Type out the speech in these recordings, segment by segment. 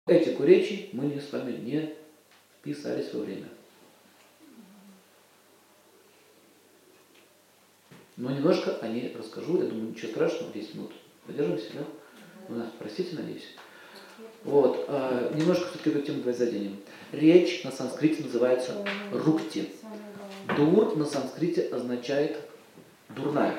Этику речи мы с вами не вписались во время. Но немножко о ней расскажу. Я думаю, ничего страшного, 10 минут. Подержимся, да? Вы нас простите, надеюсь. Вот. Немножко все-таки эту тему давай заденем. Речь на санскрите называется рукти. Дур на санскрите означает дурная.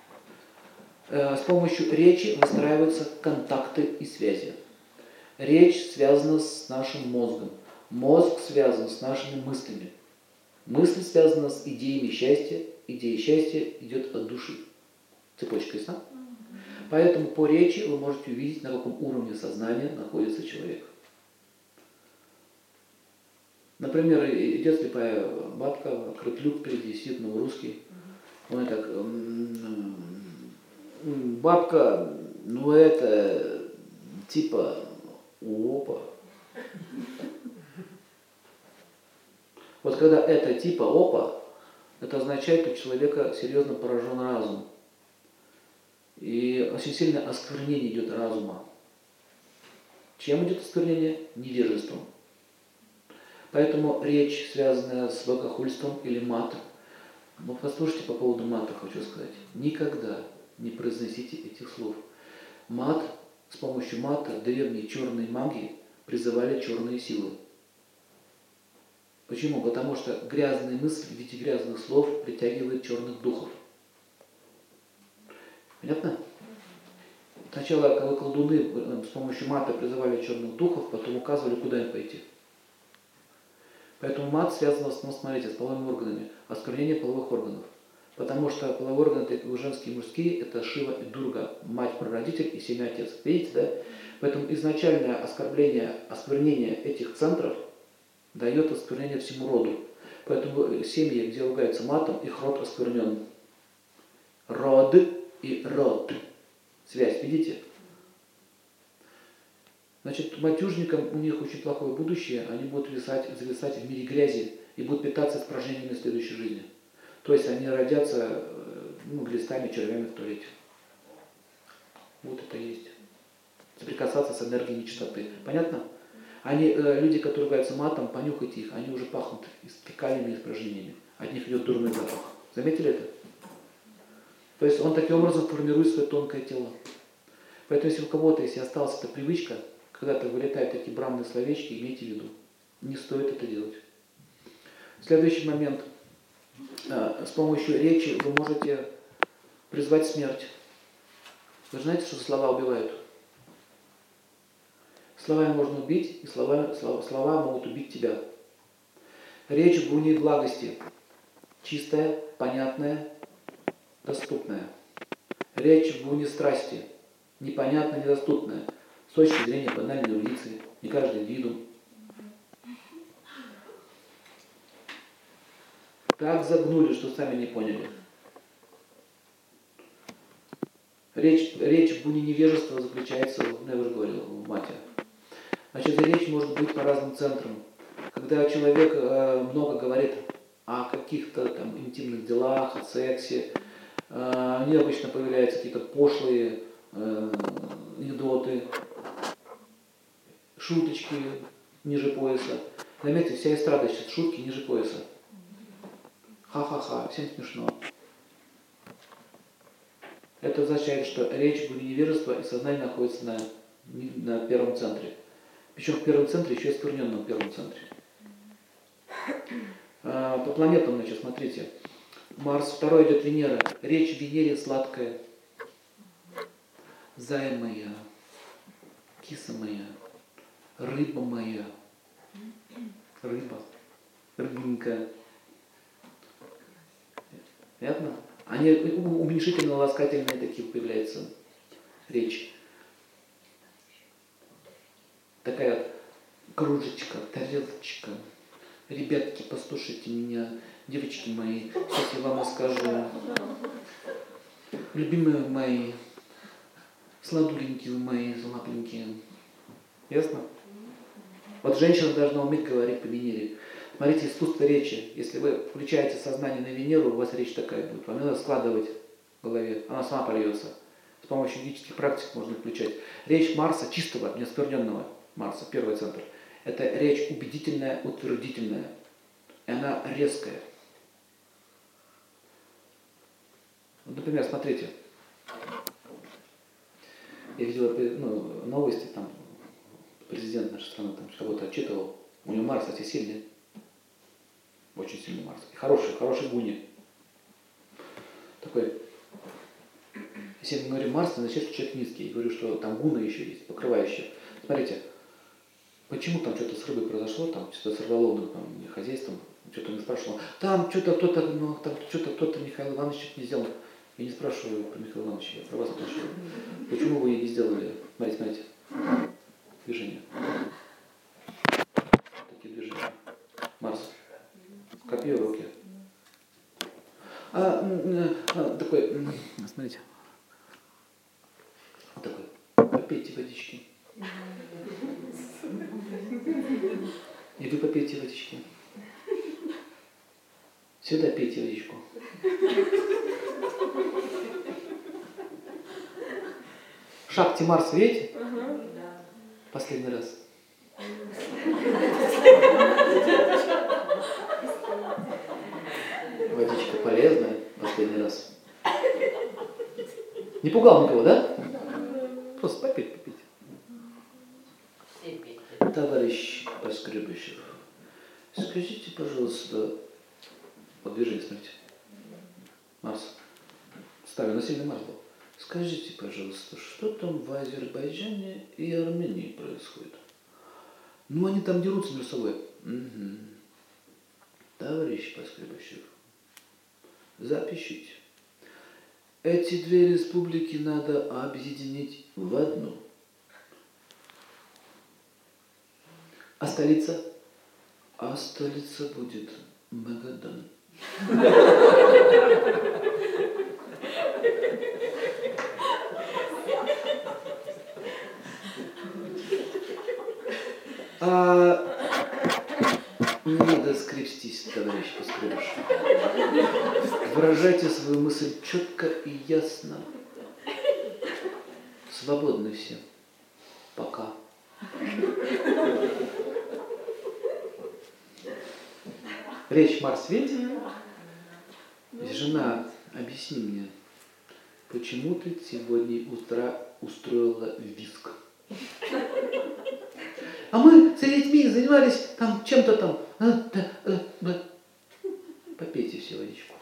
С помощью речи выстраиваются контакты и связи. Речь связана с нашим мозгом. Мозг связан с нашими мыслями. Мысль связана с идеями счастья. Идея счастья идет от души. Цепочка ясна? Поэтому по речи вы можете увидеть, на каком уровне сознания находится человек. Например, идет слепая бабка, открыт люк впереди, сидит новорусский. Он так, бабка, ну это, типа, опа. Вот когда это типа опа, это означает, что у человека серьезно поражен разум. И очень сильное осквернение идет разума. Чем идет осквернение? Невежеством. Поэтому речь, связанная с богохульством или матом, ну послушайте по поводу мата, хочу сказать. Никогда не произносите этих слов. Мат, с помощью мата древние черные маги призывали черные силы. Почему? Потому что грязные мысли в виде грязных слов притягивают черных духов. Понятно? Сначала, когда колдуны с помощью мата призывали черных духов, потом указывали, куда им пойти. Поэтому мат связан, смотрите, с половыми органами. Осквернение половых органов. Потому что половые органы, это женские и мужские, это Шива и Дурга, мать-прародитель и семя-отец. Видите, да? Поэтому изначальное осквернение этих центров дает осквернение всему роду. Поэтому семьи, где ругаются матом, их род осквернен. Род и род. Связь, видите? Значит, матюжникам у них очень плохое будущее, они будут зависать в мире грязи и будут питаться испражнениями в следующей жизни. То есть они родятся глистами, червями в туалете. Вот это и есть. Соприкасаться с энергией нечистоты. Понятно? Люди, которые ругаются матом, понюхайте их, они уже пахнут фекалиями и испражнениями. От них идет дурной запах. Заметили это? То есть он таким образом формирует свое тонкое тело. Поэтому если у кого-то, если осталась эта привычка, когда-то вылетают такие бранные словечки, имейте в виду, не стоит это делать. Следующий момент. С помощью речи вы можете призвать смерть. Вы же знаете, что слова убивают? Словами можно убить, и слова могут убить тебя. Речь в гуне благости. Чистая, понятная, доступная. Речь в гуне страсти. Непонятная, недоступная. С точки зрения банальной улицы. Не каждый индивидуум. Так загнули, что сами не поняли. Речь в гуне невежества заключается, я уже говорил, в мате. Значит, речь может быть по разным центрам. Когда человек много говорит о каких-то там интимных делах, о сексе, у него обычно появляются какие-то пошлые анекдоты, шуточки ниже пояса. Заметьте, вся эстрада сейчас шутки ниже пояса. Ха-ха-ха, всем смешно. Это означает, что речь в гуне невежества и сознание находится на первом центре. Причем в первом центре еще и оскверненном первом центре. По планетам, значит, смотрите. Марс, второй идет Венера. Речь в Венере сладкая. Зая моя, киса моя, рыба моя. Рыба. Рыбненькая. Понятно? Они уменьшительно-ласкательные такие появляются. Речь. Такая вот кружечка, тарелочка. Ребятки, послушайте меня, девочки мои, сейчас я вам расскажу. Любимые мои, сладуленькие мои, золотенькие. Ясно? Вот женщина должна уметь говорить по Венере. Смотрите, искусство речи. Если вы включаете сознание на Венеру, у вас речь такая будет. Вам надо складывать в голове, она сама польется. С помощью ведических практик можно включать. Речь Марса чистого, неоскверненного. Марса, первый центр. Это речь убедительная, утвердительная. И она резкая. Вот, например, смотрите. Я видел новости, там президент нашей страны там кого-то отчитывал. У него Марс, кстати, сильный. Очень сильный Марс. И хороший гуни. Такой. Если мы говорим Марс, это означает, что человек низкий. Я говорю, что там гуна еще есть, покрывающая. Смотрите, почему там что-то с рыбой произошло, там что-то с рыболовным хозяйством, что-то не спрашивал. Там что-то кто-то Михаил Иванович что-то не сделал. Я не спрашиваю про Михаила Ивановича, я про вас спрашиваю. Почему вы не сделали? Смотрите. Движение. Такие движения. Марс. Копье в руке. Такой, смотрите. Вот такой. Попейте водички. И вы попейте водички. Сюда пейте водичку. Шахте Марс, видите? Последний раз. Водичка полезная, последний раз. Не пугал никого, да? Просто попить. Товарищ Поскребыщев, скажите, пожалуйста, вот движение, смотрите. Марс. Ставлю на сильный Марс был. Скажите, пожалуйста, что там в Азербайджане и Армении происходит? Ну, они там дерутся между собой. Угу. Товарищ Поскребыщев, запишите. Эти две республики надо объединить в одну. А столица? А столица будет Магадан. Не надо скрестись, товарищ Поскребыш. Выражайте свою мысль четко и ясно. Свободны все. Пока. Речь Марс, видите? Жена, объясни мне, почему ты сегодня устроила визг? А мы с детьми занимались там чем-то там. Попейте все водичку.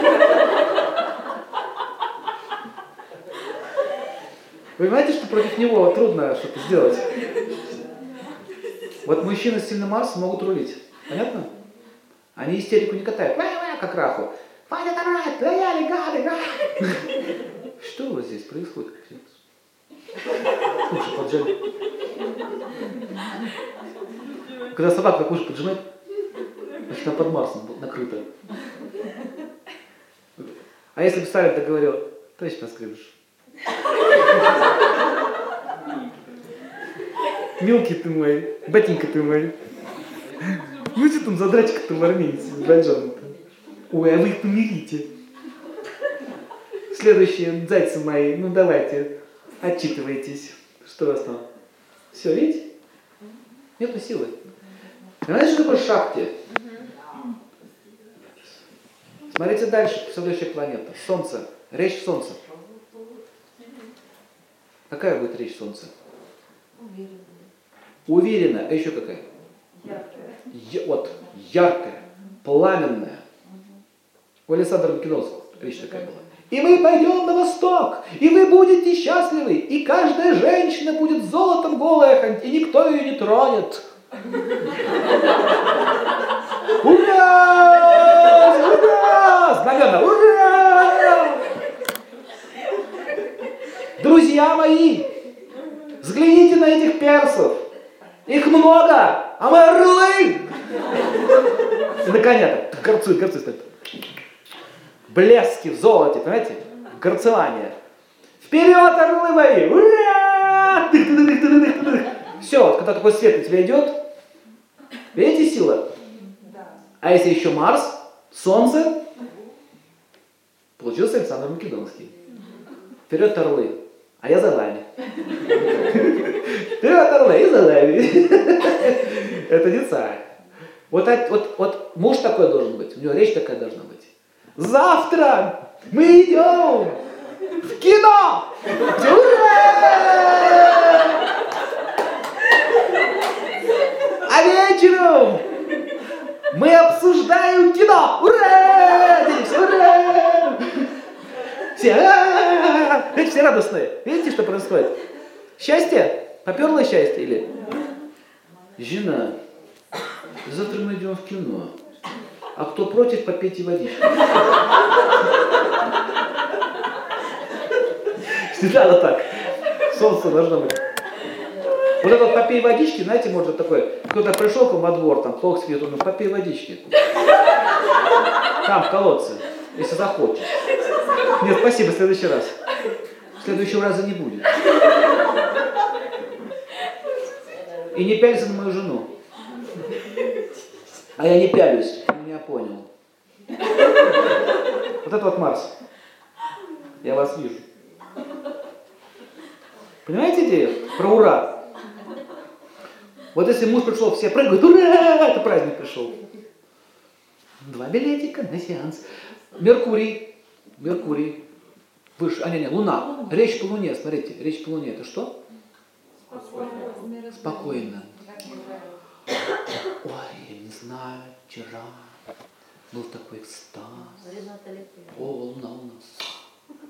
Вы понимаете, что против него трудно что-то сделать? Вот мужчины с сильным Марсом могут рулить. Понятно? Они истерику не катают. Как раху. Что у вас здесь происходит? Уши поджали. Когда собака так уши поджимает, значит она под Марсом накрыта. А если бы Сталин так говорил, товарищ Поскребыш, мелкий ты мой, батенька ты мой. Ну что там за драчка-то в Армении, азербайджан-то? Ой, а вы их помирите. Следующие зайцы мои, ну давайте, отчитывайтесь. Что у вас там? Все, видите? Нету силы. Знаете, что такое шахте? Смотрите дальше, следующая планета. Солнце. Речь Солнца. Какая будет речь Солнца? Уверенная. А еще какая? Вот, яркая, пламенная. У Александра Македонского речь такая была. И мы пойдем на восток, и вы будете счастливы, и каждая женщина будет золотом голая, и никто ее не тронет. Ура! Ура! Знамена! Ура! Друзья мои, взгляните на этих персов. Их много, а мы орлы! И на коня так горцует стоит. Блески в золоте, понимаете? Горцевание. Вперед, орлы мои! Ура! Все, вот когда такой свет на тебя идет, видите сила? А если еще Марс, Солнце, получился Александр Македонский. Вперед, орлы! а я за вами. Ты оторвай, за вами. Это не царь. Вот муж такой должен быть, у него речь такая должна быть. Завтра мы идем в кино! Ура! А вечером мы обсуждаем кино! Ура! Ура! Все радостные. Видите, что происходит? Счастье? Поперло счастье или? Жена, завтра мы идем в кино. А кто против, попейте водичку. Не надо так. Солнце должно быть. Вот это вот попей водички, знаете, может такой, кто-то пришел к вам во двор, там плохо свет, он попей водички. Там, в колодце, если захочешь. Нет, спасибо, в следующий раз. В следующего раза не будет. И не пялься на мою жену. А я не пялюсь, ты меня понял. Вот это вот Марс. Я вас вижу. Понимаете идею? Про ура. Вот если муж пришел, все прыгают, ура, это праздник пришел. 2 билетика на сеанс. Меркурий. Выше, Луна. Речь по Луне, смотрите, речь по Луне, это что? Спокойно. Ой, я не знаю, вчера был такой экстаз. О, Луна у нас.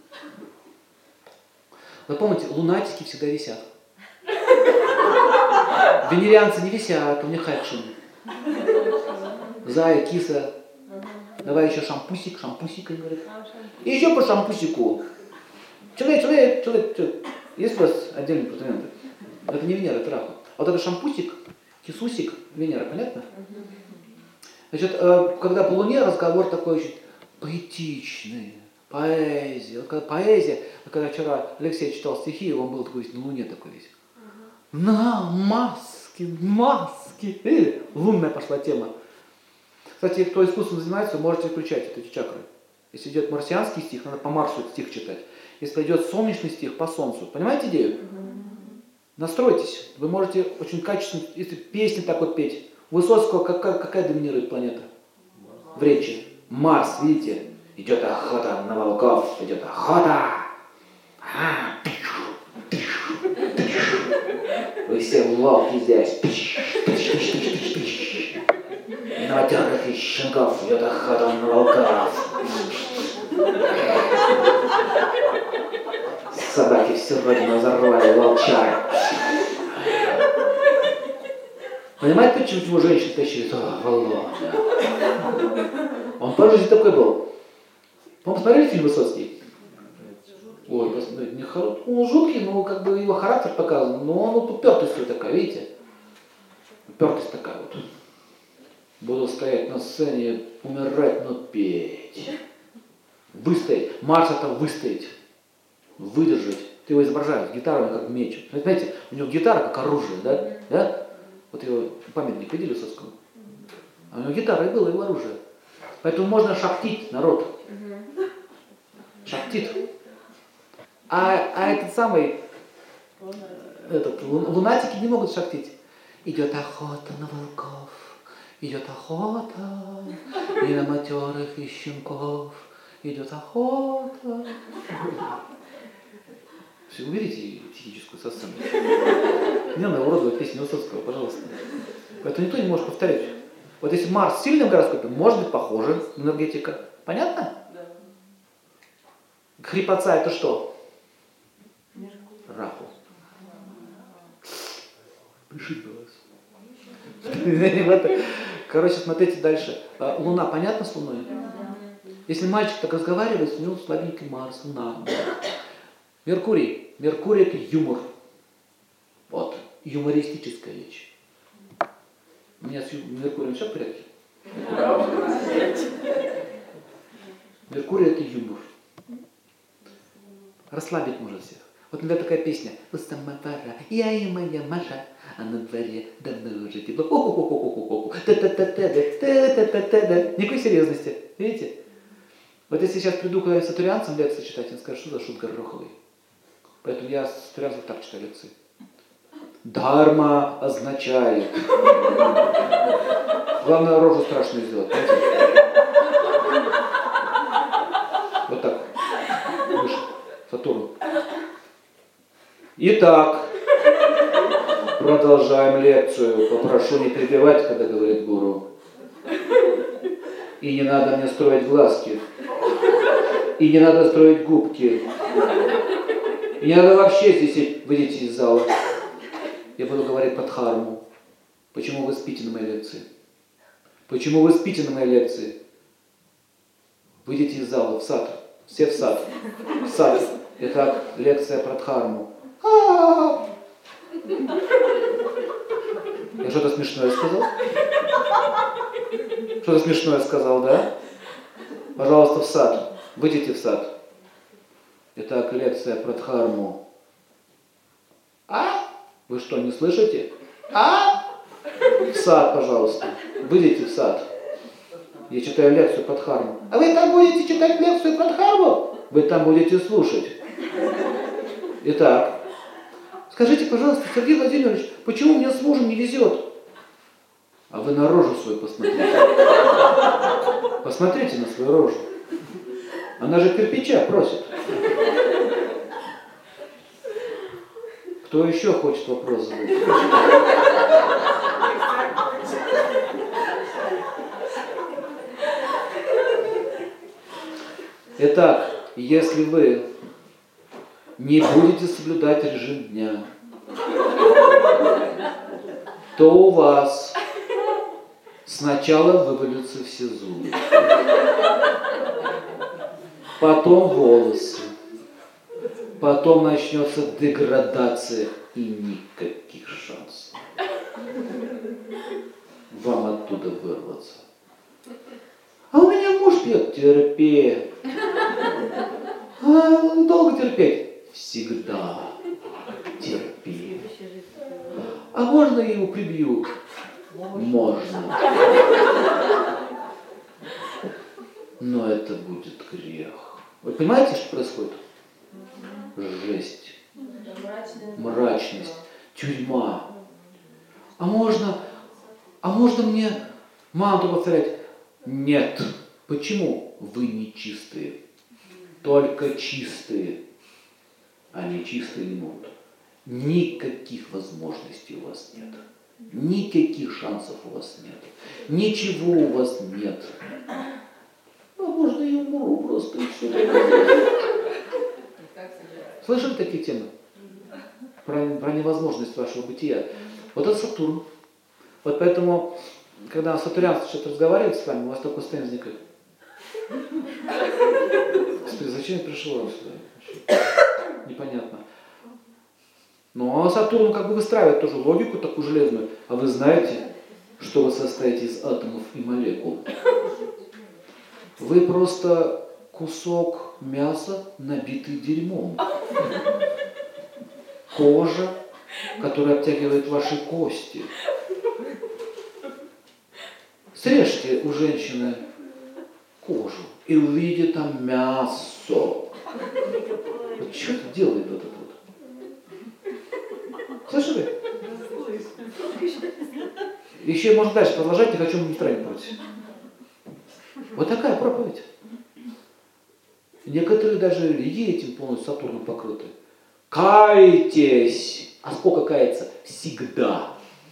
Вы помните, лунатики всегда висят. Венерианцы не висят, у них экшен. Зая, киса. Давай еще шампусик, говорит. И еще по шампусику. Человек. Есть у вас отдельные апартаменты? Это не Венера, это Раху. А вот это шампусик, кисусик, Венера, понятно? Значит, когда по Луне разговор такой очень поэтичный, поэзия. Вот когда поэзия, когда вчера Алексей читал стихи, он был такой на Луне такой весь. На маски. Лунная пошла тема. Кстати, кто искусством занимается, вы можете включать эти чакры. Если идет марсианский стих, надо по Марсу этот стих читать. Если идет солнечный стих, по Солнцу. Понимаете идею? Настройтесь. Вы можете очень качественно, если песни так вот петь. Высоцкого какая доминирует планета? В речи. Марс, видите? Идет охота на волков, идет охота. Вы все волки здесь. На матерых и щенков идет охота на волков. Собаки всю родину взорвали, волчары. Понимаете, почему женщин тащили? Володя. Он по жизни такой был. Вы посмотрели фильм Высоцкий? Ой, посмотрите, он жуткий, но как бы его характер показан, но он вот упертость такая, видите? Упертость такая вот. Буду стоять на сцене, умирать, но петь. Выстоять. Марс это выстоять. Выдержать. Ты его изображаешь, гитара как меч. Знаете, у него гитара как оружие, да? Вот его памятник видели Высоцкому? А у него гитара и было его оружие. Поэтому можно шахтить народ. Шахтит. А этот самый, лунатики не могут шахтить. Идет охота на волков, идет охота, и на матерых и щенков идет охота. Все, уберите психическую со сцены. Не надо уродовать песню Высоцкого, пожалуйста. Поэтому никто не может повторять. Вот если Марс в сильном гороскопе, может быть похоже энергетика. Понятно? Да. Хрипотца это что? Раху. Пришиб вас. Короче, смотрите дальше. Луна, понятно с Луной? Если мальчик так разговаривает, у него слабенький Марс, Луна. Меркурий. Меркурий это юмор. Вот, юмористическая речь. У меня с Меркурием все в порядке? Меркурий это юмор. Расслабить может всех. Вот, например, такая песня. У самовара, я и моя Маша, а на дворе давно уже тепло. Никакой серьезности. Видите? Вот если сейчас приду к сатурянцам лекции читать, они скажут, что за шут гороховый. Поэтому я сразу так читаю лекции. Дхарма означает. Главное, рожу страшную сделать. Понимаете? Вот так. Выше. Сатурн. Итак, продолжаем лекцию. Попрошу не перебивать, когда говорит гуру. И не надо мне строить глазки. И не надо строить губки. И не надо вообще здесь выйти из зала. Я буду говорить про дхарму. Почему вы спите на моей лекции? Почему вы спите на моей лекции? Выйдите из зала, в сад. Все в сад. В сад. Итак, лекция про дхарму. Я что-то смешное сказал? Что-то смешное сказал, да? Пожалуйста, в сад. Выйдите в сад. Итак, лекция про дхарму. Вы что, не слышите? В сад, пожалуйста. Выйдите в сад. Я читаю лекцию про дхарму. А вы там будете читать лекцию про дхарму? Вы там будете слушать. Итак, скажите, пожалуйста, Сергей Владимирович, почему мне с мужем не везет? А вы на рожу свою посмотрите. Посмотрите на свою рожу. Она же кирпича просит. Кто еще хочет вопрос задать? Итак, если вы не будете соблюдать режим дня, то у вас сначала вывалятся все зубы, потом волосы, потом начнется деградация и никаких шансов вам оттуда вырваться. А у меня муж пьет, терпи. Долго терпеть? Всегда терпи. А можно я его прибью? Можно. Но это будет грех. Вы понимаете, что происходит? Жесть. Мрачность. Тюрьма. А можно мне манту повторять? Нет. Почему? Вы не чистые. Только чистые. А нечистые не могут. Никаких возможностей у вас нет. Никаких шансов у вас нет. Ничего у вас нет. А можно я умру просто и все. Слышали такие темы? Про невозможность вашего бытия. Вот это Сатурн. Вот поэтому, когда сатурнянцы что-то разговаривают с вами, у вас такой состояние возникает. Господи, зачем я пришел сюда? Непонятно. Но Сатурн как бы выстраивает тоже логику такую железную. А вы знаете, что вы состоите из атомов и молекул? Вы просто кусок мяса, набитый дерьмом. Кожа, которая обтягивает ваши кости. Срежьте у женщины кожу и увидите там мясо. Вот что это делает вот это вот? Слышали? Еще можно дальше продолжать, не хочу устраивать. Вот такая проповедь. Некоторые даже религии этим полностью Сатурном покрыты. Кайтесь! А сколько каяться? Всегда.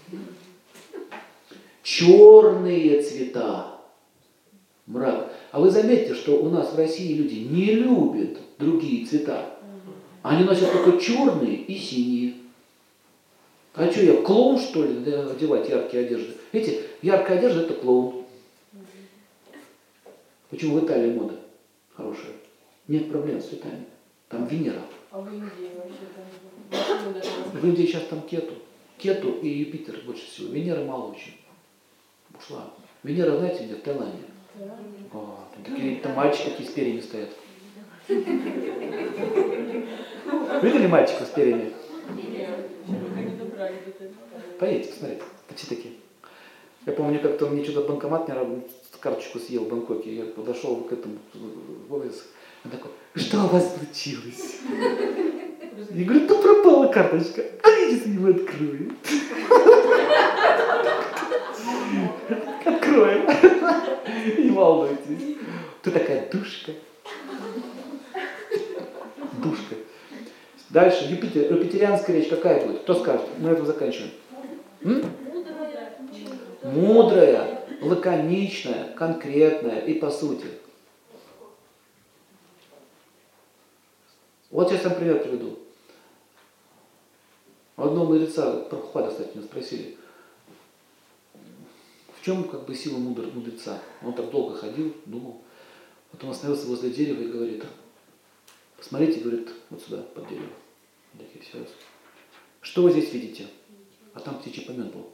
Черные цвета. Мрак. А вы заметьте, что у нас в России люди не любят другие цвета. Они носят только черные и синие. А что я, клоун, что ли, одевать яркие одежды? Видите, яркая одежда – это клоун. Почему в Италии мода хорошая? Нет проблем с цветами. Там Венера. А в Индии вообще там? В Индии сейчас там Кету. Кету и Юпитер больше всего. Венера мало очень. Ушла. Венера, знаете, где? В Таиланде. Да. Там такие там мальчики такие с перьями стоят. Видели мальчиков с перьями? Поедете, посмотрите. Все такие. Я помню, как-то мне что-то банкомат, карточку съел в Бангкоке. Я подошел к этому, он такой, что у вас случилось? Я говорю, ну пропала карточка. А я сейчас его открою. Открою. Не волнуйтесь. Ты такая душка. Душка. Дальше, юпитерианская речь какая будет? Кто скажет? Мы это заканчиваем. Мудрая, лаконичная, конкретная и по сути. Вот сейчас я пример приведу. Одного мудреца, Прабхупада, кстати, меня спросили, в чем как бы сила мудреца? Он так долго ходил, думал, потом остановился возле дерева и говорит, посмотрите, говорит, вот сюда, под дерево. Такие, все раз. Что вы здесь видите? А там птичий помет был.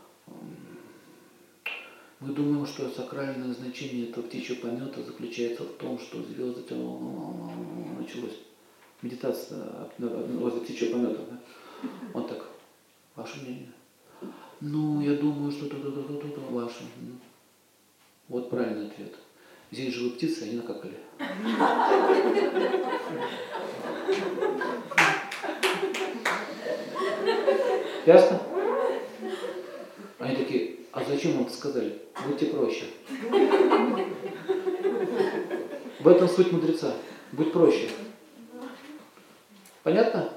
Мы думаем, что сакральное значение этого птичьего помета заключается в том, что звезды началось. Медитация возле птичьего помета. Да? Он так, ваше мнение? Ну, я думаю, что то ваше. Вот правильный ответ. Здесь живут птицы, они накакали. Ясно? Они такие, а зачем вам это сказали? Будьте проще. В этом суть мудреца. Будь проще. Понятно?